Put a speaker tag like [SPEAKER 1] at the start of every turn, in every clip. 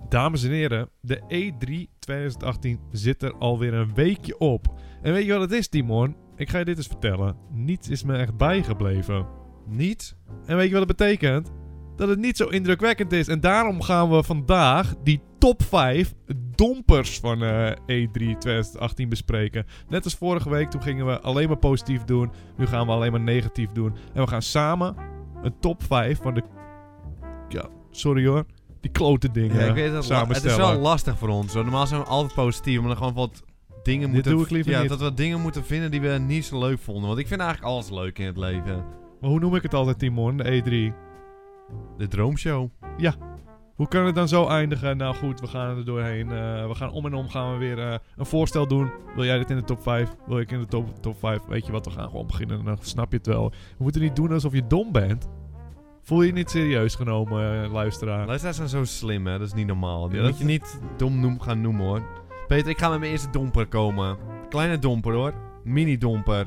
[SPEAKER 1] Dames en heren, de E3 2018 zit er alweer een weekje op. En weet je wat het is, Timon? Ik ga je dit eens vertellen. Niets is me echt bijgebleven.
[SPEAKER 2] Niet?
[SPEAKER 1] En weet je wat het betekent? Dat het niet zo indrukwekkend is. En daarom gaan we vandaag die top 5 dompers van E3 2018 bespreken. Net als vorige week, toen gingen we alleen maar positief doen. Nu gaan we alleen maar negatief doen. En we gaan samen een top 5 van de... Ja, sorry hoor. Die klote dingen
[SPEAKER 2] Ja, ik weet het,
[SPEAKER 1] samenstellen.
[SPEAKER 2] het is wel lastig voor ons. Hoor. Normaal zijn we altijd positief, maar dan gewoon wat dingen
[SPEAKER 1] Dit
[SPEAKER 2] moeten...
[SPEAKER 1] doe ik liever niet.
[SPEAKER 2] dat we dingen moeten vinden die we niet zo leuk vonden. Want ik vind eigenlijk alles leuk in het leven.
[SPEAKER 1] Maar hoe noem ik het altijd, Timon? De E3.
[SPEAKER 2] De droomshow.
[SPEAKER 1] Hoe kan het dan zo eindigen? Nou goed, we gaan er doorheen. We gaan om en om gaan we weer een voorstel doen. Wil jij dit in de top 5? Wil ik in de top 5? Weet je wat, we gaan gewoon beginnen. Dan snap je het wel. We moeten niet doen alsof je dom bent. Voel je je niet serieus genomen, luisteraar?
[SPEAKER 2] Luisteraars zijn zo slim, hè. Dat is niet normaal. Die
[SPEAKER 1] Ja,
[SPEAKER 2] moet je niet dom gaan noemen, hoor. Peter, ik ga met mijn eerste domper komen. Kleine domper, hoor. Mini-domper.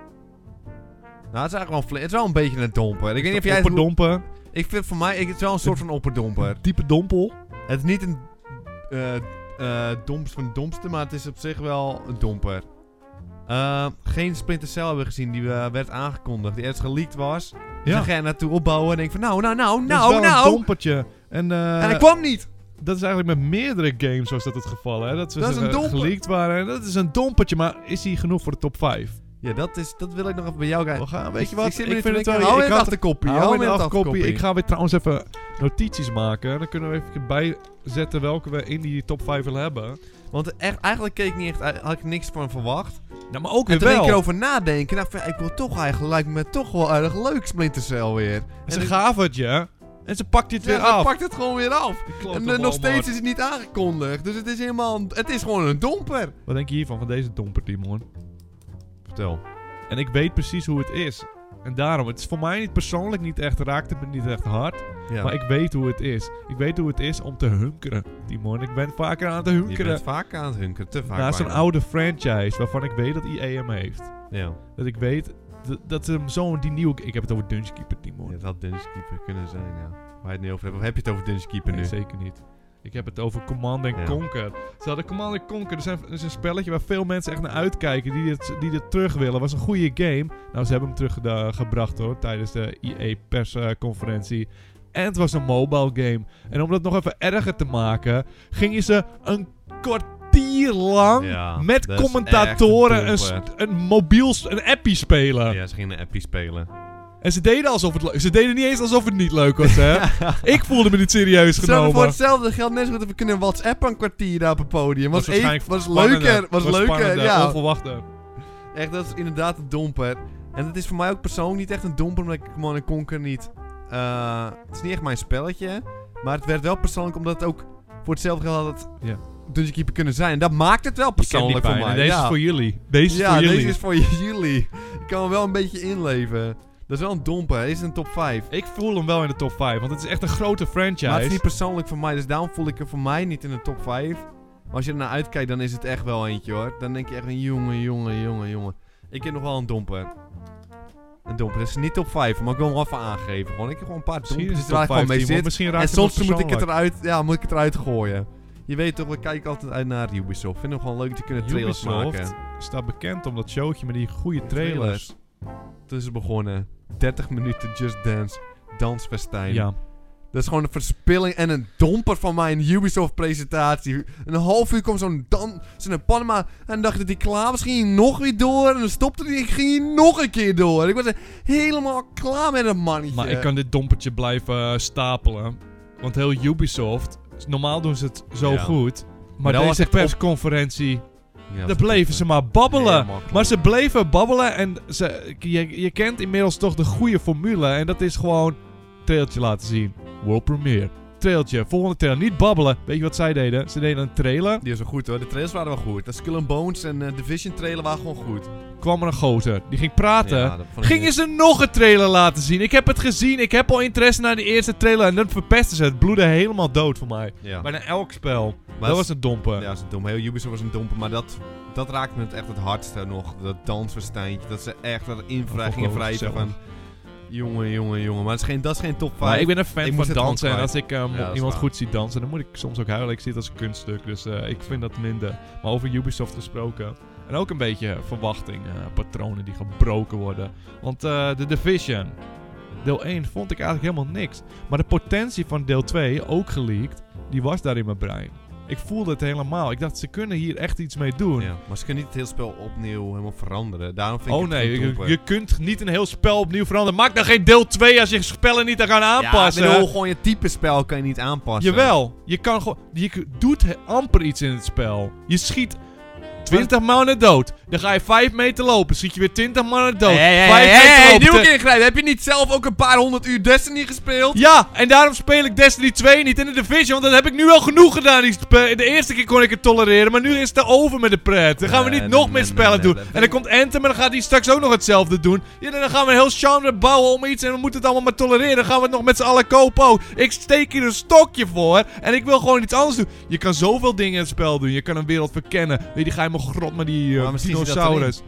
[SPEAKER 2] Nou, het is eigenlijk wel het is wel een beetje een domper. Ik weet niet of jij...
[SPEAKER 1] Opperdompen.
[SPEAKER 2] Ik vind voor mij... Het is wel een soort van opperdomper.
[SPEAKER 1] Diepe dompel.
[SPEAKER 2] Het is niet een domps van de domste, maar het is op zich wel een domper. Geen Splinter Cell hebben we gezien die werd aangekondigd. Die ergens geleakt was. Dus dan ga je naartoe opbouwen en denk van nou.
[SPEAKER 1] Dat is wel een dompertje. En
[SPEAKER 2] hij kwam niet!
[SPEAKER 1] dat is eigenlijk met meerdere games was dat het geval, hè? Dat ze
[SPEAKER 2] Dat is een domper.
[SPEAKER 1] geleakt waren. En dat is een dompertje, maar is hij genoeg voor de top 5?
[SPEAKER 2] Ja, dat wil ik nog even bij jou kijken.
[SPEAKER 1] We gaan, weet je wat?
[SPEAKER 2] Ik vind het wel...
[SPEAKER 1] Ik
[SPEAKER 2] Hou
[SPEAKER 1] had
[SPEAKER 2] in achterkopie.
[SPEAKER 1] Hou in de achterkopie.
[SPEAKER 2] achterkopie.
[SPEAKER 1] Ik ga weer trouwens even notities maken. Dan kunnen we even bijzetten welke we in die top 5 willen hebben.
[SPEAKER 2] Want eigenlijk keek ik niet echt... Had ik niks van verwacht.
[SPEAKER 1] Nou, maar ook
[SPEAKER 2] En
[SPEAKER 1] weer
[SPEAKER 2] toen
[SPEAKER 1] wel.
[SPEAKER 2] ik erover nadenken. Nou, ik wil toch eigenlijk... Lijkt me toch wel erg leuk Splinter Cell weer.
[SPEAKER 1] En ze gaven het je. En ze pakt je het weer
[SPEAKER 2] Ze
[SPEAKER 1] af.
[SPEAKER 2] pakt het gewoon weer af. En nog steeds is het niet aangekondigd. Dus het is helemaal... Het is gewoon een domper.
[SPEAKER 1] Wat denk je hiervan, van deze domper, Timon?
[SPEAKER 2] Vertel.
[SPEAKER 1] En ik weet precies hoe het is. En daarom, het is voor mij niet persoonlijk niet echt, raakt het me niet echt hard.
[SPEAKER 2] Ja.
[SPEAKER 1] Maar ik weet hoe het is. Ik weet hoe het is om te hunkeren, Timon. Ik ben vaker aan het
[SPEAKER 2] Je
[SPEAKER 1] hunkeren
[SPEAKER 2] bent vaak aan het hunkeren. Te vaak
[SPEAKER 1] naar zo'n
[SPEAKER 2] bijna.
[SPEAKER 1] oude franchise waarvan ik weet dat EA hem heeft.
[SPEAKER 2] Ja.
[SPEAKER 1] Dat ik weet dat ze hem zo'n die nieuwe... Ik heb het over Dungeon Keeper, Timon.
[SPEAKER 2] Ja, dat had Dungeon Keeper kunnen zijn, ja. Waar je het niet over hebt. Of heb je het over Dungeon Keeper
[SPEAKER 1] Nee,
[SPEAKER 2] nu?
[SPEAKER 1] zeker niet. Ik heb het over Command & Conquer. Ze hadden Command & Conquer. Dat is een spelletje waar veel mensen echt naar uitkijken. Die dit terug willen. Was een goede game. Nou, ze hebben hem teruggebracht hoor. Tijdens de EA persconferentie. En het was een mobile game. En om dat nog even erger te maken... gingen ze een kwartier lang...
[SPEAKER 2] Ja,
[SPEAKER 1] met
[SPEAKER 2] dat is
[SPEAKER 1] commentatoren
[SPEAKER 2] echt
[SPEAKER 1] een appie spelen.
[SPEAKER 2] Ja, ze gingen een appie spelen.
[SPEAKER 1] En ze deden alsof het ze deden niet eens alsof het niet leuk was, hè? Ik voelde me niet serieus
[SPEAKER 2] Stel
[SPEAKER 1] genomen.
[SPEAKER 2] voor hetzelfde geld net zo goed dat we kunnen WhatsApp een kwartier daar op het podium. Was
[SPEAKER 1] waarschijnlijk
[SPEAKER 2] leuker. Was leuker,
[SPEAKER 1] spannender,
[SPEAKER 2] ja.
[SPEAKER 1] onverwachter.
[SPEAKER 2] Echt, dat is inderdaad een domper. En het is voor mij ook persoonlijk niet echt een domper, omdat ik Command & Conquer niet... het is niet echt mijn spelletje. Maar het werd wel persoonlijk, omdat het ook voor hetzelfde geld had het Dungeon Keeper kunnen zijn. En dat maakt het wel persoonlijk voor mij.
[SPEAKER 1] Deze is voor jullie. Deze is voor jullie.
[SPEAKER 2] Deze is voor jullie. Ik kan me wel een beetje inleven. Dat is wel een domper. Deze is een top 5.
[SPEAKER 1] Ik voel hem wel in de top 5, want het is echt een grote franchise.
[SPEAKER 2] Maar het is niet persoonlijk voor mij, dus daarom voel ik er voor mij niet in de top 5. Maar als je er naar uitkijkt, dan is het echt wel eentje hoor. Dan denk je echt een jongen. Ik heb nog wel een domper. Een domper. Dat is niet top 5, maar ik wil hem wel even aangeven. Gewoon, ik heb gewoon een paar
[SPEAKER 1] Misschien
[SPEAKER 2] dompers
[SPEAKER 1] is
[SPEAKER 2] waar
[SPEAKER 1] het
[SPEAKER 2] ik
[SPEAKER 1] top
[SPEAKER 2] gewoon mee
[SPEAKER 1] 5,
[SPEAKER 2] zit.
[SPEAKER 1] misschien
[SPEAKER 2] En
[SPEAKER 1] raakt het
[SPEAKER 2] soms
[SPEAKER 1] nog
[SPEAKER 2] moet ik het
[SPEAKER 1] persoonlijk.
[SPEAKER 2] moet ik het eruit gooien. Je weet toch, we kijken altijd uit naar Ubisoft. Ik vind het gewoon leuk te kunnen trailers
[SPEAKER 1] Ubisoft
[SPEAKER 2] maken.
[SPEAKER 1] staat bekend om dat showtje met die goede trailers.
[SPEAKER 2] Toen is het begonnen. 30 minuten Just Dance. Dansfestijn.
[SPEAKER 1] Ja.
[SPEAKER 2] Dat is gewoon een verspilling en een domper van mijn Ubisoft-presentatie. Een half uur kwam zo'n Panama en dan dacht ik dat hij klaar was. Ging hij nog weer door en dan stopte hij en ging hij nog een keer door. Ik was helemaal klaar met een mannetje.
[SPEAKER 1] Maar ik kan dit dompertje blijven stapelen. Want heel Ubisoft, normaal doen ze het zo goed. Maar
[SPEAKER 2] dat was
[SPEAKER 1] deze
[SPEAKER 2] echt
[SPEAKER 1] persconferentie,
[SPEAKER 2] Ja,
[SPEAKER 1] daar bleven ze maar babbelen.
[SPEAKER 2] Helemaal
[SPEAKER 1] Maar ze bleven babbelen en je kent inmiddels toch de goede formule. En dat is gewoon trailertje laten zien. World premiere. Trailertje, volgende trailer. Niet babbelen. Weet je wat zij deden? Ze deden een trailer.
[SPEAKER 2] Die is wel goed hoor. De trailers waren wel goed. De Skull and Bones en Division trailer waren gewoon goed.
[SPEAKER 1] Kwam er een gozer. Die ging praten.
[SPEAKER 2] Ja, dat vond ik
[SPEAKER 1] Gingen ze nog een trailer laten zien. Ik heb het gezien. Ik heb al interesse naar de eerste trailer. En dan verpesten ze het. Bloedde helemaal dood voor mij.
[SPEAKER 2] Ja.
[SPEAKER 1] Bijna elk spel.
[SPEAKER 2] Maar
[SPEAKER 1] Dat was een domper.
[SPEAKER 2] Ja, dat is dom. Heel Ubisoft was een domper, maar dat raakte me echt het hardste nog. Dat dansverstijntje. Dat ze echt dat invrijvingen
[SPEAKER 1] gewoon
[SPEAKER 2] wrijven
[SPEAKER 1] gezellig.
[SPEAKER 2] van... Jongen. Maar dat is geen top 5.
[SPEAKER 1] Maar ik ben een fan
[SPEAKER 2] Ik
[SPEAKER 1] van
[SPEAKER 2] moest het
[SPEAKER 1] dansen. En
[SPEAKER 2] gewoon
[SPEAKER 1] als ik
[SPEAKER 2] dat is
[SPEAKER 1] iemand
[SPEAKER 2] waar.
[SPEAKER 1] goed zie dansen, dan moet ik soms ook huilen. Ik zie het als een kunststuk. Dus ik vind dat minder. Maar over Ubisoft gesproken. En ook een beetje patronen die gebroken worden. Want The Division, deel 1, vond ik eigenlijk helemaal niks. Maar de potentie van deel 2, ook geleakt, die was daar in mijn brein. Ik voelde het helemaal. Ik dacht, ze kunnen hier echt iets mee doen.
[SPEAKER 2] Ja, maar ze kunnen niet het hele spel opnieuw helemaal veranderen. Daarom vind ik
[SPEAKER 1] Oh
[SPEAKER 2] het
[SPEAKER 1] nee,
[SPEAKER 2] geen topper.
[SPEAKER 1] je kunt niet een heel spel opnieuw veranderen. Maak dan geen deel 2 als je spellen niet te gaan aanpassen.
[SPEAKER 2] Ja, ik bedoel, gewoon je type spel kan je niet aanpassen.
[SPEAKER 1] Jawel, je kan gewoon. Je doet amper iets in het spel. Je schiet 20 mannen dood. Dan ga je 5 meter lopen. Schiet je weer 20 mannen dood. 5 meter lopen.
[SPEAKER 2] nu moet ik ingrijpen. Heb je niet zelf ook een paar 100 uur Destiny gespeeld?
[SPEAKER 1] Ja, en daarom speel ik Destiny 2 niet in de Division. Want dat heb ik nu al genoeg gedaan. De eerste keer kon ik het tolereren. Maar nu is het over met de pret. Dan gaan we niet nog meer spellen doen. En dan komt Anthem en dan gaat hij straks ook nog hetzelfde doen. Ja, dan gaan we een heel genre bouwen om iets. En we moeten het allemaal maar tolereren. Dan gaan we het nog met z'n allen kopen ook. Ik steek hier een stokje voor. En ik wil gewoon iets anders doen. Je kan zoveel dingen in het spel doen. Je kan een wereld verkennen. Weet je, die geheime grot met die
[SPEAKER 2] Maar misschien zit dat
[SPEAKER 1] dinosaurus.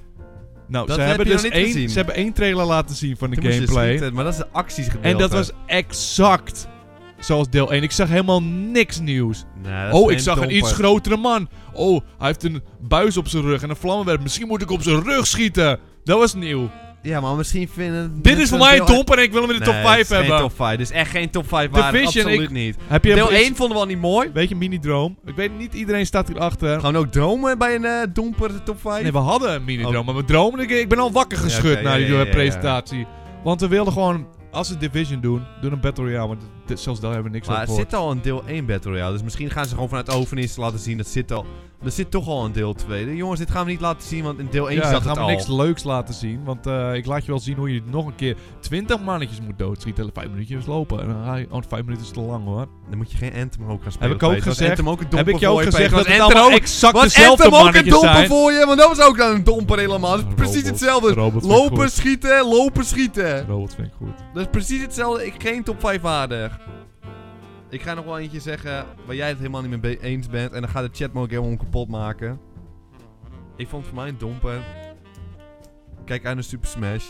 [SPEAKER 1] Nou,
[SPEAKER 2] Dat
[SPEAKER 1] ze
[SPEAKER 2] heb
[SPEAKER 1] hebben
[SPEAKER 2] je
[SPEAKER 1] dus
[SPEAKER 2] nog niet gezien.
[SPEAKER 1] ze hebben 1 trailer laten zien van de
[SPEAKER 2] Toen moest je
[SPEAKER 1] gameplay.
[SPEAKER 2] schieten, maar dat is de actiesgedeelte.
[SPEAKER 1] En dat was exact zoals deel 1. Ik zag helemaal niks nieuws.
[SPEAKER 2] Nee, dat is
[SPEAKER 1] Oh,
[SPEAKER 2] geen
[SPEAKER 1] ik zag een
[SPEAKER 2] topper.
[SPEAKER 1] iets grotere man. Oh, hij heeft een buis op zijn rug en een vlammenwerper. Misschien moet ik op zijn rug schieten. Dat was nieuw.
[SPEAKER 2] Ja, maar misschien vinden...
[SPEAKER 1] Dit is voor mij een domper en ik wil hem in de top 5
[SPEAKER 2] Nee,
[SPEAKER 1] hebben.
[SPEAKER 2] geen top 5. Dit is echt geen top 5 waard.
[SPEAKER 1] Division,
[SPEAKER 2] Absoluut niet.
[SPEAKER 1] Heb je
[SPEAKER 2] Deel 1 vonden we al niet mooi.
[SPEAKER 1] Weet je, mini-droom? Ik weet niet, iedereen staat hierachter.
[SPEAKER 2] Gaan we ook dromen bij een domper top 5?
[SPEAKER 1] Nee, we hadden een mini-droom, maar we dromen. Ik ben al wakker geschud
[SPEAKER 2] oké,
[SPEAKER 1] na die
[SPEAKER 2] ja.
[SPEAKER 1] presentatie. Want we wilden gewoon, als ze Division doen een Battle Royale. Want zelfs daar hebben we niks
[SPEAKER 2] Maar
[SPEAKER 1] over
[SPEAKER 2] er
[SPEAKER 1] gehoord.
[SPEAKER 2] zit al een deel 1 Battle Royale. Dus misschien gaan ze gewoon vanuit overnis laten zien. Dat zit al. Er zit toch al een deel 2. Jongens, dit gaan we niet laten zien, want in deel 1
[SPEAKER 1] Ja,
[SPEAKER 2] zat
[SPEAKER 1] dan
[SPEAKER 2] het
[SPEAKER 1] gaan we
[SPEAKER 2] al.
[SPEAKER 1] niks leuks laten zien. Want ik laat je wel zien hoe je nog een keer 20 mannetjes moet doodschieten. 5 minuutjes lopen. En dan ga je... Oh, 5 minuten is te lang hoor.
[SPEAKER 2] Dan moet je geen Anthem ook gaan spelen.
[SPEAKER 1] Heb ik ook
[SPEAKER 2] Peter. Was
[SPEAKER 1] gezegd?
[SPEAKER 2] Anthem ook een domper
[SPEAKER 1] Heb ik je ook
[SPEAKER 2] voor je,
[SPEAKER 1] gezegd
[SPEAKER 2] Peter?
[SPEAKER 1] dat
[SPEAKER 2] Was
[SPEAKER 1] het
[SPEAKER 2] Anthem
[SPEAKER 1] allemaal
[SPEAKER 2] ook-
[SPEAKER 1] exact
[SPEAKER 2] was
[SPEAKER 1] dezelfde
[SPEAKER 2] Anthem ook een
[SPEAKER 1] mannetjes
[SPEAKER 2] domper
[SPEAKER 1] zijn?
[SPEAKER 2] voor je? Want dat was ook dan een domper helemaal. Dat is precies
[SPEAKER 1] Robots.
[SPEAKER 2] hetzelfde.
[SPEAKER 1] Robots vind ik
[SPEAKER 2] Lopen,
[SPEAKER 1] goed.
[SPEAKER 2] schieten, lopen, schieten.
[SPEAKER 1] Robot vind ik goed.
[SPEAKER 2] Dat is precies hetzelfde. Geen top 5 waardig. Ik ga nog wel eentje zeggen waar jij het helemaal niet mee eens bent. En dan gaat de chat me ook helemaal kapot maken. Ik vond voor mij een domper. Kijk uit naar Super Smash.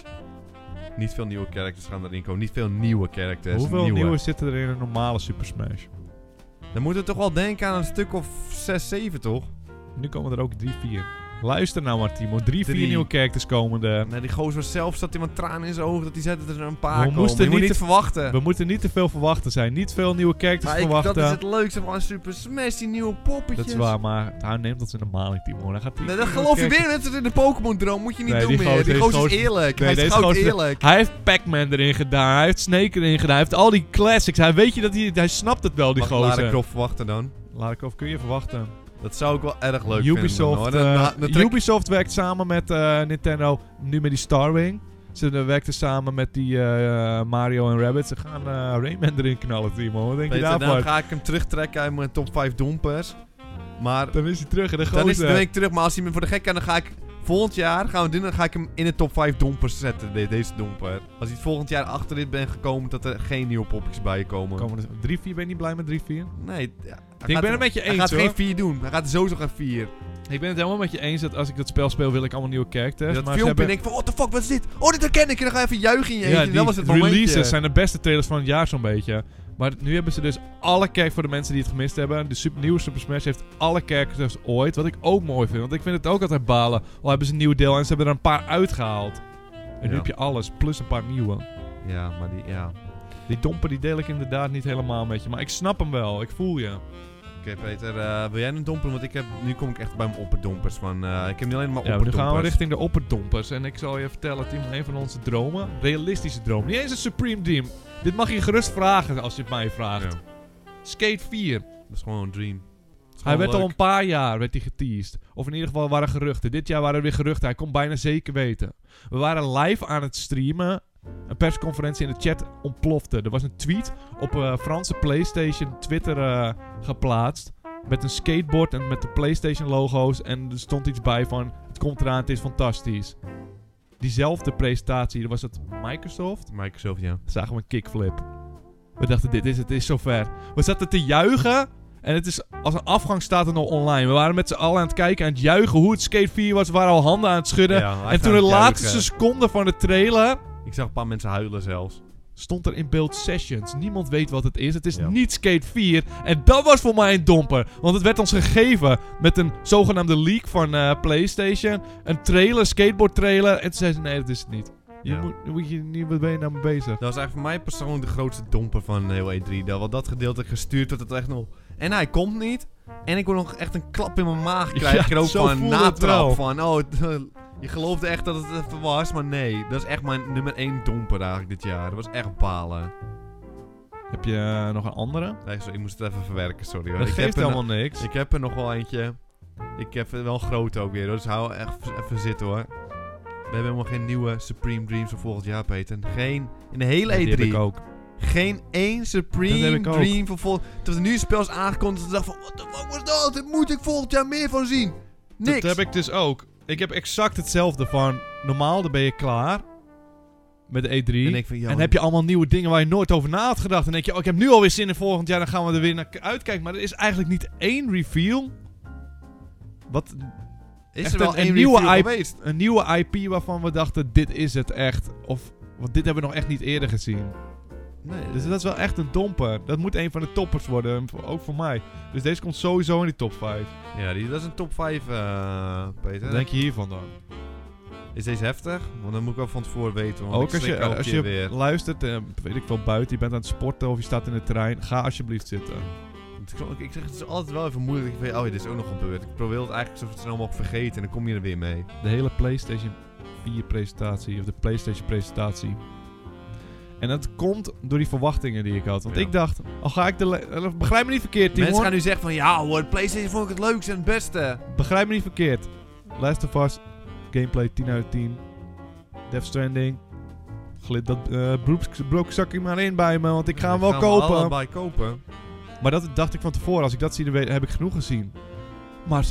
[SPEAKER 2] Niet veel nieuwe characters gaan erin komen. Niet veel nieuwe characters.
[SPEAKER 1] Hoeveel nieuwe zitten er in een normale Super Smash?
[SPEAKER 2] Dan moeten we toch wel denken aan een stuk of 6, 7 toch?
[SPEAKER 1] Nu komen er ook 3, 4. Luister nou maar, Timo. 3, 4
[SPEAKER 2] Drie.
[SPEAKER 1] nieuwe characters komen er.
[SPEAKER 2] Nee, die gozer zelf zat iemand tranen in zijn ogen dat hij zei dat er een paar
[SPEAKER 1] We
[SPEAKER 2] komen.
[SPEAKER 1] moesten
[SPEAKER 2] Je moet
[SPEAKER 1] niet
[SPEAKER 2] niet verwachten.
[SPEAKER 1] We moeten niet te veel verwachten zijn. Niet veel nieuwe characters
[SPEAKER 2] Maar
[SPEAKER 1] verwachten.
[SPEAKER 2] dat is het leukste van Super Smash, die nieuwe poppetjes.
[SPEAKER 1] Dat is waar, maar hij neemt ons in de maling, Timo. Dan gaat hij
[SPEAKER 2] Nee, dat geloof je weer net als in de Pokémon-droom. Moet je niet
[SPEAKER 1] Nee,
[SPEAKER 2] doen
[SPEAKER 1] die
[SPEAKER 2] meer. Die
[SPEAKER 1] gozer
[SPEAKER 2] gozer
[SPEAKER 1] is
[SPEAKER 2] is eerlijk.
[SPEAKER 1] Nee,
[SPEAKER 2] Hij is
[SPEAKER 1] deze
[SPEAKER 2] goud
[SPEAKER 1] gozer-
[SPEAKER 2] eerlijk.
[SPEAKER 1] Hij heeft Pac-Man erin gedaan. Hij heeft Snake erin gedaan. Hij heeft al die classics. Hij weet je dat hij snapt het wel, die
[SPEAKER 2] Mag Lara
[SPEAKER 1] gozer.
[SPEAKER 2] Croft verwachten dan?
[SPEAKER 1] Lara Croft kun je verwachten.
[SPEAKER 2] Dat zou ik wel erg leuk
[SPEAKER 1] Ubisoft,
[SPEAKER 2] vinden. Hoor. Dan trek-
[SPEAKER 1] Ubisoft werkt samen met Nintendo, nu met die Starwing. Ze werkten samen met die Mario en Rabbids. Ze gaan Rayman erin knallen, Timo. Wat denk je
[SPEAKER 2] Peter,
[SPEAKER 1] daarvan?
[SPEAKER 2] dan ga ik hem terugtrekken uit mijn top 5 dompers. Maar
[SPEAKER 1] Dan is hij terug en de
[SPEAKER 2] dan
[SPEAKER 1] gozer.
[SPEAKER 2] ben ik terug. Maar als hij me voor de gek kan, dan ga ik... Volgend jaar gaan we doen, dan ga ik hem in de top 5 dompers zetten, deze domper. Als hij volgend jaar achter dit ben gekomen, dat er geen nieuwe popjes bij komen.
[SPEAKER 1] Komen er 3-4, ben je niet blij met 3-4?
[SPEAKER 2] Nee, ja,
[SPEAKER 1] Ik ben het met je
[SPEAKER 2] Hij
[SPEAKER 1] eens,
[SPEAKER 2] gaat
[SPEAKER 1] hoor.
[SPEAKER 2] geen 4 doen. Hij gaat sowieso gaan 4.
[SPEAKER 1] Ik ben het helemaal met je eens dat als ik dat spel speel, wil ik allemaal nieuwe characters.
[SPEAKER 2] Dat
[SPEAKER 1] maar
[SPEAKER 2] filmpje
[SPEAKER 1] ze
[SPEAKER 2] en denk ik van, what the fuck, wat is dit? Oh, dit herken ik. En dan ga je even juichen in je
[SPEAKER 1] ja,
[SPEAKER 2] eentje.
[SPEAKER 1] die
[SPEAKER 2] Dat was het momentje.
[SPEAKER 1] releases zijn de beste trailers van het jaar zo'n beetje. Maar nu hebben ze dus alle characters voor de mensen die het gemist hebben. De nieuwe Super Smash heeft alle characters ooit. Wat ik ook mooi vind. Want ik vind het ook altijd balen. Al hebben ze een nieuw deel en ze hebben er een paar uitgehaald. En nu
[SPEAKER 2] Ja.
[SPEAKER 1] heb je alles, plus een paar nieuwe.
[SPEAKER 2] Ja, maar ja.
[SPEAKER 1] Die domper die deel ik inderdaad niet helemaal met je. Maar ik snap hem wel, ik voel je.
[SPEAKER 2] Oké, Peter, wil jij een domper? Want nu kom ik echt bij mijn opperdompers van... ik heb niet alleen maar
[SPEAKER 1] Ja, nu
[SPEAKER 2] opperdompers.
[SPEAKER 1] gaan we richting de opperdompers. En ik zal je vertellen, Tim, een van onze dromen. Realistische droom. Niet eens een Supreme Dream. Dit mag je gerust vragen als je het mij vraagt.
[SPEAKER 2] Ja,
[SPEAKER 1] Skate 4.
[SPEAKER 2] dat is gewoon een dream.
[SPEAKER 1] Hij werd al een paar jaar geteased. Of in ieder geval waren geruchten. Dit jaar waren er weer geruchten. Hij kon bijna zeker weten. We waren live aan het streamen. Een persconferentie in de chat ontplofte. Er was een tweet op Franse PlayStation Twitter geplaatst. Met een skateboard en met de PlayStation logo's. En er stond iets bij van... Het komt eraan, het is fantastisch. Diezelfde presentatie, was het Microsoft?
[SPEAKER 2] Microsoft, ja.
[SPEAKER 1] Zagen we een kickflip. We dachten, het is zover. We zaten te juichen. En het is, als een afgang staat het nog online. We waren met z'n allen aan het kijken, aan het juichen hoe het Skate 4 was. We waren al handen aan het schudden.
[SPEAKER 2] Ja, hij
[SPEAKER 1] en
[SPEAKER 2] gaat
[SPEAKER 1] toen de
[SPEAKER 2] juichen.
[SPEAKER 1] laatste seconde van de trailer
[SPEAKER 2] Ik zag een paar mensen huilen zelfs.
[SPEAKER 1] Stond er in beeld Sessions. Niemand weet wat het is. Het is
[SPEAKER 2] Ja.
[SPEAKER 1] niet Skate 4. En dat was voor mij een domper. Want het werd ons gegeven met een zogenaamde leak van PlayStation. Een trailer, skateboard trailer. En toen zei ze, nee, dat is het niet. Wat ben je nou mee bezig?
[SPEAKER 2] Dat was eigenlijk voor mij persoonlijk de grootste domper van heel E3. Want dat gedeelte gestuurd wordt het echt nog... En hij komt niet. En ik wil nog echt een klap in mijn maag krijgen.
[SPEAKER 1] Ja,
[SPEAKER 2] ook
[SPEAKER 1] zo
[SPEAKER 2] van
[SPEAKER 1] voelde het wel.
[SPEAKER 2] natrap. Van, je geloofde echt dat het even was. Maar nee, dat is echt mijn nummer 1 domper eigenlijk dit jaar. Dat was echt balen.
[SPEAKER 1] Heb je nog een andere?
[SPEAKER 2] Nee, sorry, ik moest het even verwerken, sorry hoor.
[SPEAKER 1] Dat
[SPEAKER 2] Ik
[SPEAKER 1] geeft
[SPEAKER 2] heb
[SPEAKER 1] helemaal niks.
[SPEAKER 2] Ik heb er nog wel eentje. Ik heb er wel een grote ook weer hoor. Dus hou echt even zitten hoor. We hebben helemaal geen nieuwe Supreme Dreams voor volgend jaar, Peter. Geen, in de hele
[SPEAKER 1] Die
[SPEAKER 2] E3.
[SPEAKER 1] heb ik ook.
[SPEAKER 2] Geen één
[SPEAKER 1] Dat
[SPEAKER 2] Supreme
[SPEAKER 1] heb ik ook.
[SPEAKER 2] Dream voor volgend jaar. Toen er nu een spel is aangekondigd, toen dacht ik van, what the fuck was dat? Daar moet ik volgend jaar meer van zien. Niks.
[SPEAKER 1] Dat heb ik dus ook. Ik heb exact hetzelfde van... Normaal, dan ben je klaar. Met de E3.
[SPEAKER 2] En ik van,
[SPEAKER 1] En heb je allemaal nieuwe dingen waar je nooit over na had gedacht. En dan denk je, ik heb nu alweer zin in volgend jaar. Dan gaan we er weer naar uitkijken. Maar er is eigenlijk niet één reveal. Wat...
[SPEAKER 2] is
[SPEAKER 1] echt
[SPEAKER 2] er wel
[SPEAKER 1] een
[SPEAKER 2] één
[SPEAKER 1] nieuwe
[SPEAKER 2] review
[SPEAKER 1] IP
[SPEAKER 2] geweest?
[SPEAKER 1] Een nieuwe IP waarvan we dachten, dit is het echt. Want dit hebben we nog echt niet eerder gezien.
[SPEAKER 2] Nee,
[SPEAKER 1] Dus dat is wel echt een domper. Dat moet een van de toppers worden. Ook voor mij. Dus deze komt sowieso in die top 5.
[SPEAKER 2] ja, dat is een top 5, Peter.
[SPEAKER 1] Wat denk je hiervan dan?
[SPEAKER 2] Is deze heftig? Want dan moet ik wel van tevoren weten. Want
[SPEAKER 1] Ook
[SPEAKER 2] ik
[SPEAKER 1] als
[SPEAKER 2] schrik
[SPEAKER 1] je,
[SPEAKER 2] elke
[SPEAKER 1] als
[SPEAKER 2] keer
[SPEAKER 1] je
[SPEAKER 2] weer.
[SPEAKER 1] luistert, weet ik veel, buiten, je bent aan het sporten of je staat in de trein, ga alsjeblieft zitten.
[SPEAKER 2] Ik zeg, het is altijd wel even moeilijk. Ik weet, oh, dit is ook nog gebeurd. Ik probeer het eigenlijk zo snel mogelijk vergeten en dan kom je er weer mee.
[SPEAKER 1] De hele PlayStation 4 presentatie, of de PlayStation presentatie. En dat komt door die verwachtingen die ik had. Want
[SPEAKER 2] Ja.
[SPEAKER 1] ik dacht, begrijp me niet verkeerd, Timon.
[SPEAKER 2] Mensen gaan nu zeggen van, ja hoor, PlayStation vond ik het leukste en het beste.
[SPEAKER 1] Begrijp me niet verkeerd. Last of Us, gameplay 10 uit 10. Death Stranding. Glid dat broekzakje maar in bij me, want ik ga hem wel
[SPEAKER 2] Gaan we
[SPEAKER 1] kopen.
[SPEAKER 2] allebei kopen.
[SPEAKER 1] Maar dat dacht ik van tevoren. Als ik dat zie, dan heb ik genoeg gezien. Maar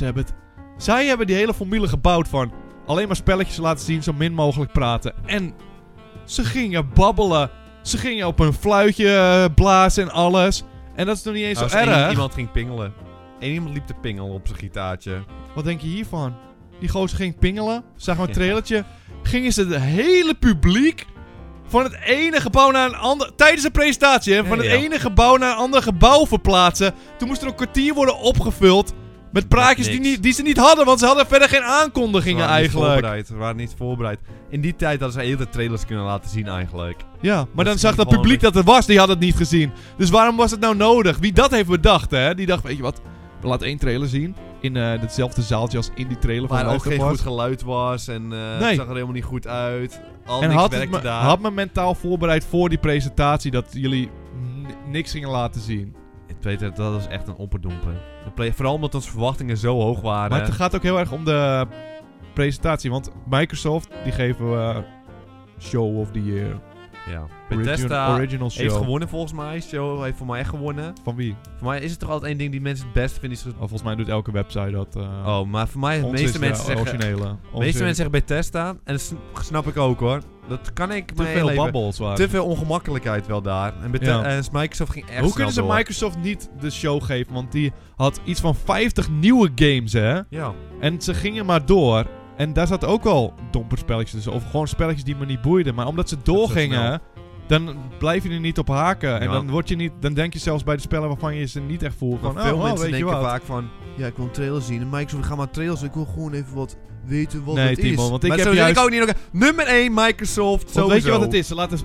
[SPEAKER 1] zij hebben die hele formule gebouwd van... alleen maar spelletjes laten zien, zo min mogelijk praten. En ze gingen babbelen. Ze gingen op een fluitje blazen en alles. En dat is nog niet eens zo erg.
[SPEAKER 2] Iemand ging pingelen. Eén iemand liep te pingelen op zijn gitaartje.
[SPEAKER 1] Wat denk je hiervan? Die gozer ging pingelen. Zagen we een trailertje. Gingen ze het hele publiek... van het ene gebouw naar een ander... tijdens de presentatie, hè, van het ene gebouw naar een ander gebouw verplaatsen. Toen moest er een kwartier worden opgevuld... met praatjes die ze niet hadden, want ze hadden verder geen aankondigingen eigenlijk.
[SPEAKER 2] We waren niet voorbereid. In die tijd hadden ze hele trailers kunnen laten zien eigenlijk.
[SPEAKER 1] Ja, maar dan
[SPEAKER 2] is
[SPEAKER 1] zag dat
[SPEAKER 2] gewoon
[SPEAKER 1] publiek dat er was, die had het niet gezien. Dus waarom was het nou nodig? Wie dat heeft bedacht, hè? Die dacht, weet je wat, we laten één trailer zien. In hetzelfde zaaltje als in die trailer van
[SPEAKER 2] Waar ook
[SPEAKER 1] Last of
[SPEAKER 2] geen
[SPEAKER 1] Us.
[SPEAKER 2] goed geluid was en het zag er helemaal niet goed uit. Al
[SPEAKER 1] En
[SPEAKER 2] niks werkte daar.
[SPEAKER 1] had me mentaal voorbereid voor die presentatie dat jullie niks gingen laten zien.
[SPEAKER 2] Peter, dat was echt een opperdomper. Vooral omdat onze verwachtingen zo hoog waren.
[SPEAKER 1] Maar het gaat ook heel erg om de presentatie. Want Microsoft, die geven we Show of the Year.
[SPEAKER 2] Ja. Bethesda
[SPEAKER 1] Original Show.
[SPEAKER 2] heeft gewonnen volgens mij. Show heeft voor mij echt gewonnen.
[SPEAKER 1] Van wie?
[SPEAKER 2] Voor mij is het toch altijd één ding die mensen het beste vinden. Is
[SPEAKER 1] Volgens mij doet elke website dat.
[SPEAKER 2] oh, maar voor mij, de
[SPEAKER 1] ons
[SPEAKER 2] meeste
[SPEAKER 1] is,
[SPEAKER 2] mensen zeggen...
[SPEAKER 1] originele.
[SPEAKER 2] De meeste mensen zeggen Bethesda. En dat snap ik ook hoor. Dat kan ik
[SPEAKER 1] te
[SPEAKER 2] me
[SPEAKER 1] veel
[SPEAKER 2] leven.
[SPEAKER 1] babbels waren.
[SPEAKER 2] Te veel ongemakkelijkheid wel daar. En Microsoft ging echt
[SPEAKER 1] Hoe kunnen ze
[SPEAKER 2] snel door.
[SPEAKER 1] Microsoft niet de show geven? Want die had iets van 50 nieuwe games, hè?
[SPEAKER 2] Ja.
[SPEAKER 1] En ze gingen maar door. En daar zaten ook al domperspelletjes tussen. Of gewoon spelletjes die me niet boeiden. Maar omdat ze doorgingen, dan blijf je er niet op haken. En dan denk je zelfs bij de spellen waarvan je ze niet echt voelt van...
[SPEAKER 2] veel mensen
[SPEAKER 1] weet je
[SPEAKER 2] denken
[SPEAKER 1] wat?
[SPEAKER 2] vaak van... Ja, ik wil een trailer zien. En Microsoft, we gaan maar trailers. Ik wil gewoon even wat weten wat
[SPEAKER 1] Nee,
[SPEAKER 2] het
[SPEAKER 1] Timo,
[SPEAKER 2] is.
[SPEAKER 1] want ik
[SPEAKER 2] maar
[SPEAKER 1] heb
[SPEAKER 2] zo
[SPEAKER 1] juist...
[SPEAKER 2] ik ook niet. Nummer 1, Microsoft.
[SPEAKER 1] Want
[SPEAKER 2] Sowieso.
[SPEAKER 1] weet je wat het is? Ze laten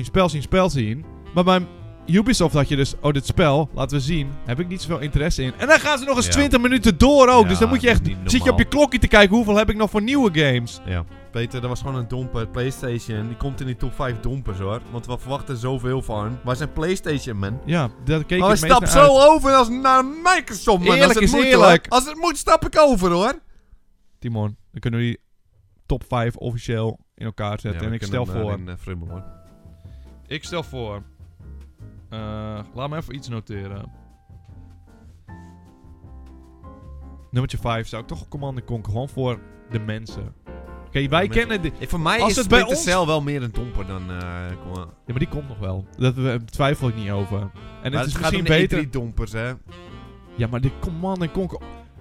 [SPEAKER 1] spel zien. Maar bij Ubisoft had je dus... Oh, dit spel, laten we zien. Heb ik niet zoveel interesse in. En dan gaan ze nog eens 20 minuten door ook.
[SPEAKER 2] Ja,
[SPEAKER 1] dus dan moet je echt... Zit je op je klokje te kijken, hoeveel heb ik nog voor nieuwe games?
[SPEAKER 2] Ja. Peter, dat was gewoon een domper. PlayStation, die komt in die top 5 dompers hoor. Want we verwachten zoveel van. Wij zijn PlayStation, man.
[SPEAKER 1] Ja, daar keek
[SPEAKER 2] Maar
[SPEAKER 1] ik
[SPEAKER 2] we
[SPEAKER 1] het meest
[SPEAKER 2] stappen
[SPEAKER 1] naar
[SPEAKER 2] zo
[SPEAKER 1] uit.
[SPEAKER 2] over als naar Microsoft, man.
[SPEAKER 1] Eerlijk
[SPEAKER 2] als het
[SPEAKER 1] is
[SPEAKER 2] moet,
[SPEAKER 1] eerlijk.
[SPEAKER 2] Hoor. Als het moet, stap ik over, hoor.
[SPEAKER 1] Timon, dan kunnen we die top 5 officieel in elkaar zetten. En ik stel voor... Ik stel voor... laat me even iets noteren. Nummertje 5 zou ik toch Command & Conquer. Gewoon voor de mensen. Kijk, wij kennen...
[SPEAKER 2] Voor mij
[SPEAKER 1] als
[SPEAKER 2] is
[SPEAKER 1] het
[SPEAKER 2] Splinter
[SPEAKER 1] bij ons-
[SPEAKER 2] Cell wel meer een domper dan...
[SPEAKER 1] Ja, maar die komt nog wel. Daar twijfel ik niet over. En
[SPEAKER 2] maar
[SPEAKER 1] het is
[SPEAKER 2] gaat
[SPEAKER 1] misschien
[SPEAKER 2] om de
[SPEAKER 1] beter...
[SPEAKER 2] E3 dompers, hè.
[SPEAKER 1] Ja, maar de Command & Conquer...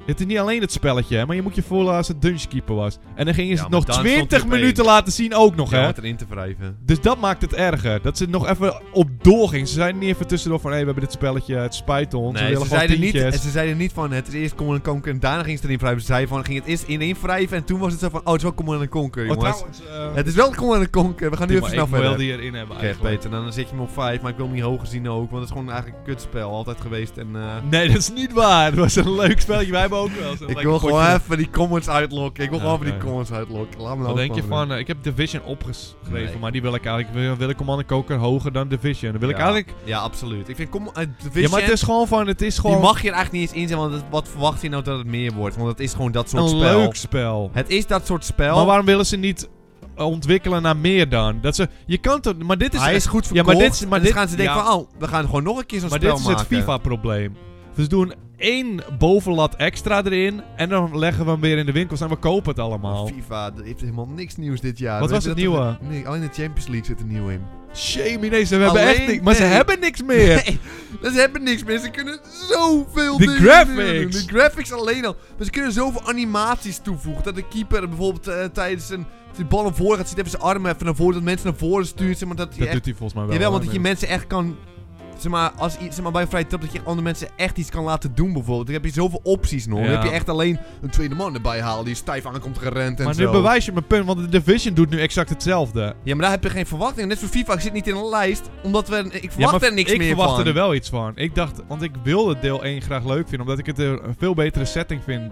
[SPEAKER 1] Het is niet alleen het spelletje, hè, maar je moet je voelen als het Dungeon Keeper was. En dan gingen ze het
[SPEAKER 2] maar
[SPEAKER 1] nog
[SPEAKER 2] dan stond
[SPEAKER 1] 20
[SPEAKER 2] hij op
[SPEAKER 1] minuten
[SPEAKER 2] één.
[SPEAKER 1] laten zien ook nog,
[SPEAKER 2] Ja,
[SPEAKER 1] hè.
[SPEAKER 2] wat erin te wrijven.
[SPEAKER 1] Dus dat maakt het erger. Dat ze het nog even op doorging. Ze zeiden niet even tussendoor van, hé, we hebben dit spelletje, het spijt ons. we
[SPEAKER 2] Nee,
[SPEAKER 1] willen
[SPEAKER 2] ze
[SPEAKER 1] gewoon tientjes.
[SPEAKER 2] zeiden niet van het is eerst Command & Conquer en daarna ging ze erin wrijven. Ze zeiden van ging het eerst in wrijven en toen was het zo van oh, het is wel Command & Conquer,
[SPEAKER 1] Oh,
[SPEAKER 2] jongens.
[SPEAKER 1] trouwens,
[SPEAKER 2] Het is wel Command & Conquer, we gaan nu even snel
[SPEAKER 1] ik wil
[SPEAKER 2] verder.
[SPEAKER 1] die erin hebben
[SPEAKER 2] Oké,
[SPEAKER 1] eigenlijk.
[SPEAKER 2] Peter, dan zit je hem op 5, maar ik wil hem niet hoger zien ook, want het is gewoon eigenlijk een kutspel, altijd geweest en
[SPEAKER 1] Nee, dat is niet waar. Het was een leuk spelletje. Wij hebben ook wel eens een
[SPEAKER 2] ik
[SPEAKER 1] lekker
[SPEAKER 2] wil gewoon
[SPEAKER 1] potje.
[SPEAKER 2] even die comments uitlokken. Ik wil
[SPEAKER 1] Ja,
[SPEAKER 2] gewoon even
[SPEAKER 1] oké.
[SPEAKER 2] die comments uitlokken. Laat me
[SPEAKER 1] Wat
[SPEAKER 2] nou
[SPEAKER 1] denk je
[SPEAKER 2] gewoon
[SPEAKER 1] van... ik heb Division opgeschreven,
[SPEAKER 2] Nee.
[SPEAKER 1] maar die wil ik eigenlijk... Wil ik Command & Conquer hoger dan Division. Dan wil ik
[SPEAKER 2] Ja.
[SPEAKER 1] eigenlijk...
[SPEAKER 2] Ja, absoluut. Ik vind Division,
[SPEAKER 1] Ja, maar het is gewoon van... Het is gewoon
[SPEAKER 2] die mag je er eigenlijk niet eens in zijn, want wat verwacht je nou dat het meer wordt? Want het is gewoon dat soort
[SPEAKER 1] een
[SPEAKER 2] spel.
[SPEAKER 1] leuk spel.
[SPEAKER 2] Het is dat soort spel.
[SPEAKER 1] Maar waarom willen ze niet ontwikkelen naar meer dan? Dat ze... Je kan toch... Maar dit is...
[SPEAKER 2] Hij is goed
[SPEAKER 1] Ja,
[SPEAKER 2] verkocht.
[SPEAKER 1] maar dit is... Maar
[SPEAKER 2] en dus
[SPEAKER 1] dit,
[SPEAKER 2] gaan ze denken
[SPEAKER 1] ja,
[SPEAKER 2] van, oh, we gaan gewoon nog een keer zo'n
[SPEAKER 1] maar
[SPEAKER 2] spel
[SPEAKER 1] dit is
[SPEAKER 2] maken.
[SPEAKER 1] het FIFA-probleem. Ze doen 1 bovenlat extra erin. En dan leggen we hem weer in de winkels en we kopen het allemaal.
[SPEAKER 2] FIFA dat heeft helemaal niks nieuws dit jaar.
[SPEAKER 1] Wat
[SPEAKER 2] We
[SPEAKER 1] was
[SPEAKER 2] hebben
[SPEAKER 1] het
[SPEAKER 2] dat
[SPEAKER 1] nieuwe?
[SPEAKER 2] er- Nee, alleen de Champions League zit er nieuw in.
[SPEAKER 1] Shame, nee, ze hebben
[SPEAKER 2] Alleen-
[SPEAKER 1] echt niks. Maar ze
[SPEAKER 2] nee.
[SPEAKER 1] hebben niks meer.
[SPEAKER 2] Nee, ze hebben niks meer. Ze kunnen zoveel
[SPEAKER 1] De
[SPEAKER 2] dingen
[SPEAKER 1] graphics.
[SPEAKER 2] doen. De graphics alleen al. Maar ze kunnen zoveel animaties toevoegen. Dat de keeper bijvoorbeeld tijdens een... Als die bal naar voren gaat, zit even zijn armen even naar voren. Dat mensen naar voren stuurt. Zeg maar, dat hij
[SPEAKER 1] Dat
[SPEAKER 2] echt...
[SPEAKER 1] doet hij volgens mij wel.
[SPEAKER 2] Jawel, want
[SPEAKER 1] hoor.
[SPEAKER 2] dat je mensen echt kan... Zeg maar, bij een vrije trap dat je andere mensen echt iets kan laten doen bijvoorbeeld. Dan heb je zoveel opties nog. Dan
[SPEAKER 1] Ja.
[SPEAKER 2] heb je echt alleen een tweede man erbij halen die stijf aankomt gerend en
[SPEAKER 1] Maar
[SPEAKER 2] zo.
[SPEAKER 1] nu bewijs je mijn punt, want de Division doet nu exact hetzelfde.
[SPEAKER 2] Ja, maar daar heb je geen verwachting. Net voor FIFA, ik zit niet in een lijst. Omdat ik verwacht er niks
[SPEAKER 1] ik
[SPEAKER 2] meer
[SPEAKER 1] verwachtte
[SPEAKER 2] van.
[SPEAKER 1] er wel iets van. Ik dacht, want ik wilde deel 1 graag leuk vinden, omdat ik het een veel betere setting vind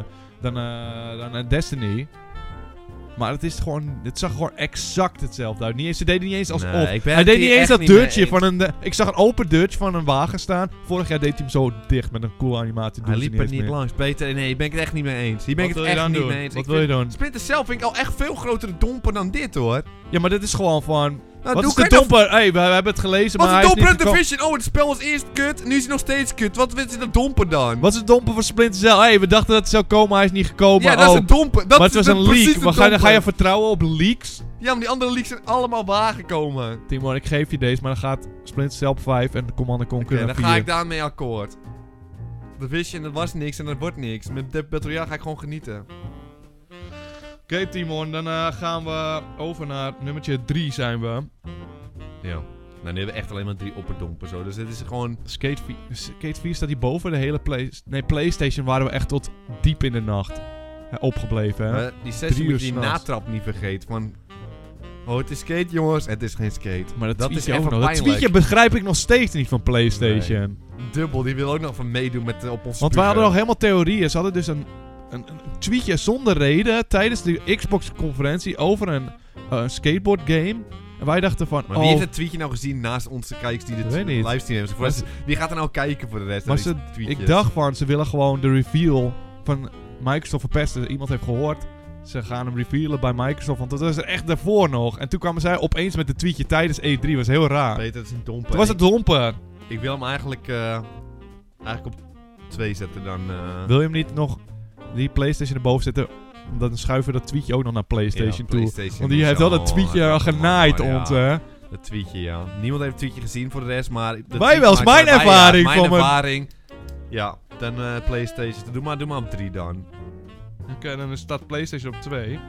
[SPEAKER 1] dan Destiny. Maar het is gewoon, het zag gewoon exact hetzelfde uit. Ze deden niet eens alsof.
[SPEAKER 2] Nee, ik ben
[SPEAKER 1] Hij
[SPEAKER 2] het
[SPEAKER 1] deed
[SPEAKER 2] hier
[SPEAKER 1] niet eens
[SPEAKER 2] echt
[SPEAKER 1] dat
[SPEAKER 2] niet mee
[SPEAKER 1] deurtje
[SPEAKER 2] eens.
[SPEAKER 1] van een... ik zag een open deurtje van een wagen staan. Vorig jaar deed hij hem zo dicht met een coole animatie.
[SPEAKER 2] Hij
[SPEAKER 1] Doen ze
[SPEAKER 2] liep er
[SPEAKER 1] eens
[SPEAKER 2] niet
[SPEAKER 1] meer.
[SPEAKER 2] langs. Peter, nee, ben ik het echt niet mee eens. Hier ben ik
[SPEAKER 1] Wat
[SPEAKER 2] het
[SPEAKER 1] wil je
[SPEAKER 2] echt
[SPEAKER 1] dan
[SPEAKER 2] niet
[SPEAKER 1] doen?
[SPEAKER 2] mee eens.
[SPEAKER 1] Wat
[SPEAKER 2] Ik
[SPEAKER 1] wil je
[SPEAKER 2] vind
[SPEAKER 1] doen?
[SPEAKER 2] Splinter Cell vind ik al echt veel grotere domper dan dit hoor.
[SPEAKER 1] Ja, maar dit is gewoon van...
[SPEAKER 2] Nou,
[SPEAKER 1] wat
[SPEAKER 2] doe
[SPEAKER 1] is de
[SPEAKER 2] kan je nou-
[SPEAKER 1] domper? Hey, we hebben het gelezen,
[SPEAKER 2] Wat
[SPEAKER 1] maar
[SPEAKER 2] is
[SPEAKER 1] hij
[SPEAKER 2] de
[SPEAKER 1] is
[SPEAKER 2] domper
[SPEAKER 1] niet
[SPEAKER 2] uit
[SPEAKER 1] geko-
[SPEAKER 2] Division? Oh, het spel was eerst kut. Nu is hij nog steeds kut. Wat is de domper dan?
[SPEAKER 1] Wat is de domper voor Splinter Cell? Hey, we dachten dat het zou komen, hij is niet gekomen.
[SPEAKER 2] Ja, dat is
[SPEAKER 1] Oh,
[SPEAKER 2] een domper. Dat
[SPEAKER 1] maar het
[SPEAKER 2] is
[SPEAKER 1] was een
[SPEAKER 2] precies
[SPEAKER 1] leak.
[SPEAKER 2] de
[SPEAKER 1] Maar ga je
[SPEAKER 2] domper.
[SPEAKER 1] vertrouwen op leaks?
[SPEAKER 2] Ja, maar die andere leaks zijn allemaal waargekomen.
[SPEAKER 1] Timon, ik geef je deze, maar dan gaat Splinter Cell op 5 en Command & Conquer
[SPEAKER 2] Oké,
[SPEAKER 1] naar
[SPEAKER 2] dan
[SPEAKER 1] 4.
[SPEAKER 2] ga ik daarmee akkoord. Division, dat was niks en dat wordt niks. Met Battle Royale ga ik gewoon genieten.
[SPEAKER 1] Oké, Timon, dan gaan we over naar nummertje 3 zijn we.
[SPEAKER 2] Ja. Nou, nu hebben we echt alleen maar 3 opperdompen zo. Dus dit is gewoon...
[SPEAKER 1] Skate 4 staat hierboven. De hele PlayStation waren we echt tot diep in de nacht opgebleven, hè?
[SPEAKER 2] die sessie
[SPEAKER 1] 3
[SPEAKER 2] moet
[SPEAKER 1] uur
[SPEAKER 2] je die
[SPEAKER 1] s'nachts.
[SPEAKER 2] natrap niet vergeten. Van... Oh, het is skate, jongens. Het is geen skate.
[SPEAKER 1] Maar dat
[SPEAKER 2] is
[SPEAKER 1] tweetje
[SPEAKER 2] echt
[SPEAKER 1] ook nog. Dat
[SPEAKER 2] pijnlijk.
[SPEAKER 1] tweetje begrijp ik nog steeds niet van PlayStation.
[SPEAKER 2] Dubbel, die wil ook nog van meedoen met op ons
[SPEAKER 1] Want wij hadden nog helemaal theorieën. Ze hadden dus een tweetje zonder reden tijdens de Xbox-conferentie over een skateboard game. En wij dachten van,
[SPEAKER 2] Maar wie heeft het tweetje nou gezien naast onze kijkers die
[SPEAKER 1] Ik
[SPEAKER 2] dit
[SPEAKER 1] weet niet.
[SPEAKER 2] livestream hebben? Voor
[SPEAKER 1] Maar
[SPEAKER 2] de rest- Wie gaat er nou kijken voor de rest?
[SPEAKER 1] Maar
[SPEAKER 2] naar die tweetjes?
[SPEAKER 1] ik dacht van, ze willen gewoon de reveal van Microsoft verpesten. Iemand heeft gehoord, ze gaan hem revealen bij Microsoft. Want dat was er echt daarvoor nog. En toen kwamen zij opeens met een tweetje tijdens E3. Was heel raar.
[SPEAKER 2] Peter, het is een domper.
[SPEAKER 1] Toen was het domper.
[SPEAKER 2] Ik wil hem eigenlijk op 2 zetten dan...
[SPEAKER 1] Wil je hem niet nog die PlayStation erboven zetten? Dan schuiven we dat tweetje ook nog naar PlayStation toe.
[SPEAKER 2] PlayStation
[SPEAKER 1] Want die
[SPEAKER 2] is
[SPEAKER 1] heeft wel dat tweetje
[SPEAKER 2] al
[SPEAKER 1] genaaid
[SPEAKER 2] helemaal,
[SPEAKER 1] ons,
[SPEAKER 2] ja.
[SPEAKER 1] hè?
[SPEAKER 2] Dat tweetje, ja. Niemand heeft het tweetje gezien voor de rest, maar... dat
[SPEAKER 1] Wij
[SPEAKER 2] tweetje
[SPEAKER 1] wel, is
[SPEAKER 2] maakt
[SPEAKER 1] mijn
[SPEAKER 2] wij, ja,
[SPEAKER 1] ervaring
[SPEAKER 2] mijn
[SPEAKER 1] van mijn-
[SPEAKER 2] ervaring. Ja, dan PlayStation. Doe maar op 3 dan.
[SPEAKER 1] Oké, dan staat PlayStation op 2.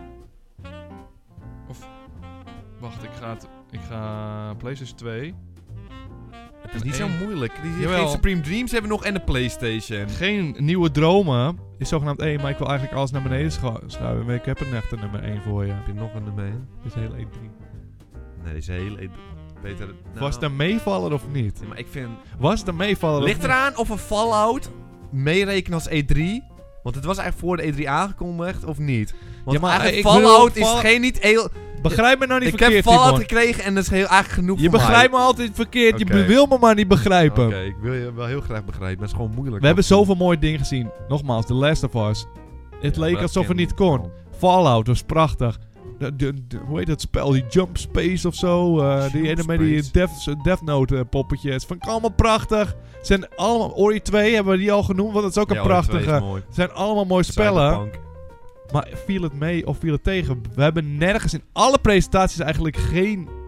[SPEAKER 1] Of... Wacht, ik ga PlayStation 2.
[SPEAKER 2] Het is niet
[SPEAKER 1] Eén.
[SPEAKER 2] zo moeilijk. Die
[SPEAKER 1] Jawel.
[SPEAKER 2] geen Supreme Dreams hebben we nog en de PlayStation.
[SPEAKER 1] Geen nieuwe dromen is zogenaamd 1, maar ik wil eigenlijk alles naar beneden schuiven. Maar ik heb een echte nummer 1 voor je.
[SPEAKER 2] Heb je nog een ermee?
[SPEAKER 1] Dit is heel E3.
[SPEAKER 2] Nee, die is heel... Beter... Nou,
[SPEAKER 1] Was het een meevaller of niet?
[SPEAKER 2] nee, maar ik vind...
[SPEAKER 1] Was het een meevaller
[SPEAKER 2] Ligt
[SPEAKER 1] of
[SPEAKER 2] eraan of een Fallout meerekenen als E3. Want het was eigenlijk voor de E3 aangekondigd, of niet? Want
[SPEAKER 1] Ja, maar
[SPEAKER 2] eigenlijk
[SPEAKER 1] ik
[SPEAKER 2] Fallout
[SPEAKER 1] bedoel,
[SPEAKER 2] is geen niet heel...
[SPEAKER 1] niet? Begrijp me nou niet
[SPEAKER 2] Ik
[SPEAKER 1] verkeerd,
[SPEAKER 2] heb Fallout
[SPEAKER 1] Timon.
[SPEAKER 2] gekregen en dat is heel, eigenlijk genoeg
[SPEAKER 1] Je
[SPEAKER 2] voor
[SPEAKER 1] begrijpt me altijd verkeerd.
[SPEAKER 2] Oké.
[SPEAKER 1] Je wil me maar niet begrijpen.
[SPEAKER 2] Oké, ik wil je wel heel graag begrijpen, maar het is gewoon moeilijk.
[SPEAKER 1] We hebben zoveel mooie dingen gezien. Nogmaals, The Last of Us. Het
[SPEAKER 2] Ja,
[SPEAKER 1] leek
[SPEAKER 2] maar
[SPEAKER 1] alsof
[SPEAKER 2] dat
[SPEAKER 1] het niet
[SPEAKER 2] ken ik
[SPEAKER 1] kon.
[SPEAKER 2] wel.
[SPEAKER 1] Fallout was prachtig. Hoe heet dat spel? Die Jump Space of zo. Die ene met die Death Note poppetjes. Vond ik allemaal prachtig. Zijn allemaal... Ori 2 hebben we die al genoemd, want dat is ook een prachtige...
[SPEAKER 2] mooi.
[SPEAKER 1] zijn allemaal mooie spellen.
[SPEAKER 2] Cyberpunk.
[SPEAKER 1] Maar viel het mee of viel het tegen? We hebben nergens in alle presentaties eigenlijk geen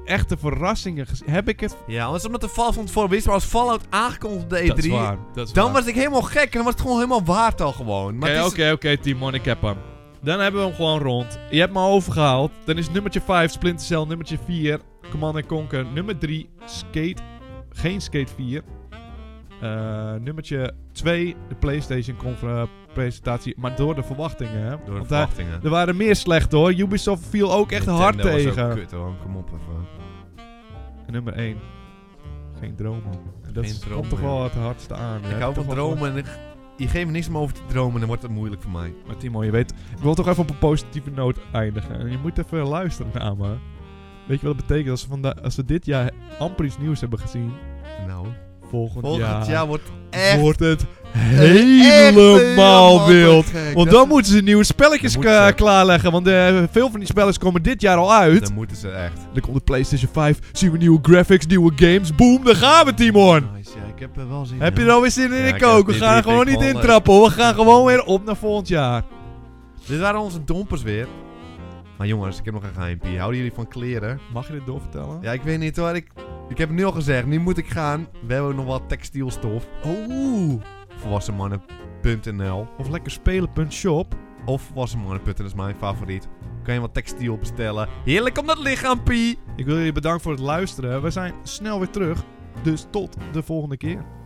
[SPEAKER 1] echte verrassingen gezien. Heb ik het?
[SPEAKER 2] Ja, want omdat de Fallout van tevoren wist, maar als Fallout aangekondigd op de E3...
[SPEAKER 1] Dat is waar. Dat is
[SPEAKER 2] dan
[SPEAKER 1] waar.
[SPEAKER 2] was ik helemaal gek en dan was het gewoon helemaal waard al gewoon. Maar het is-
[SPEAKER 1] Oké, Timon, ik heb hem. Dan hebben we hem gewoon rond. Je hebt me overgehaald. Dan is nummertje 5 Splinter Cell. Nummertje 4 Command & Conquer. Nummer 3 Skate. Geen Skate 4. Nummertje 2 de PlayStation presentatie. Maar door de verwachtingen, hè.
[SPEAKER 2] Door de
[SPEAKER 1] Want
[SPEAKER 2] verwachtingen.
[SPEAKER 1] er waren meer slecht hoor. Ubisoft viel ook echt hard
[SPEAKER 2] Nintendo was
[SPEAKER 1] tegen.
[SPEAKER 2] ook kut hoor, kom op even.
[SPEAKER 1] En nummer 1. Geen dromen. En dat
[SPEAKER 2] Geen
[SPEAKER 1] komt
[SPEAKER 2] dromen,
[SPEAKER 1] toch wel
[SPEAKER 2] ja.
[SPEAKER 1] het hardste aan.
[SPEAKER 2] Ik hou van dromen en je geeft me niks meer over te dromen en dan wordt het moeilijk voor mij.
[SPEAKER 1] Maar Timo, je weet, ik wil toch even op een positieve noot eindigen. En je moet even luisteren naar me. Weet je wat het betekent als we dit jaar amper iets nieuws hebben gezien?
[SPEAKER 2] Nou,
[SPEAKER 1] Volgend jaar
[SPEAKER 2] wordt echt
[SPEAKER 1] wordt het
[SPEAKER 2] helemaal
[SPEAKER 1] helemaal wild.
[SPEAKER 2] gek.
[SPEAKER 1] Want
[SPEAKER 2] Dat
[SPEAKER 1] dan moeten ze nieuwe spelletjes
[SPEAKER 2] Dan moeten ze-
[SPEAKER 1] klaarleggen. Want veel van die spelletjes komen dit jaar al uit.
[SPEAKER 2] Dan moeten ze echt.
[SPEAKER 1] Dan komt de PlayStation 5, zien we nieuwe graphics, nieuwe games. Boom, daar gaan we, Timon.
[SPEAKER 2] Nice, ja, ik heb er wel zin in.
[SPEAKER 1] Heb je er alweer zin in?
[SPEAKER 2] Ja,
[SPEAKER 1] Ik
[SPEAKER 2] ik heb
[SPEAKER 1] ook. We
[SPEAKER 2] die
[SPEAKER 1] gaan er
[SPEAKER 2] drie
[SPEAKER 1] gewoon
[SPEAKER 2] vind
[SPEAKER 1] niet
[SPEAKER 2] ik wel
[SPEAKER 1] intrappen hoor. We gaan gewoon weer op naar volgend jaar.
[SPEAKER 2] Dit waren onze dompers weer. Maar jongens, ik heb nog een geheimpje. Houden jullie van kleren?
[SPEAKER 1] Mag je dit doorvertellen?
[SPEAKER 2] Ja, ik weet niet hoor. Ik heb het nu al gezegd. Nu moet ik gaan. We hebben ook nog wat textielstof.
[SPEAKER 1] Oeh.
[SPEAKER 2] Volwassenmannen.nl
[SPEAKER 1] Of lekker spelen.shop.
[SPEAKER 2] of volwassenmannen.nl is mijn favoriet. Kan je wat textiel bestellen. Heerlijk om dat lichaampie.
[SPEAKER 1] Ik wil jullie bedanken voor het luisteren. We zijn snel weer terug. Dus tot de volgende keer.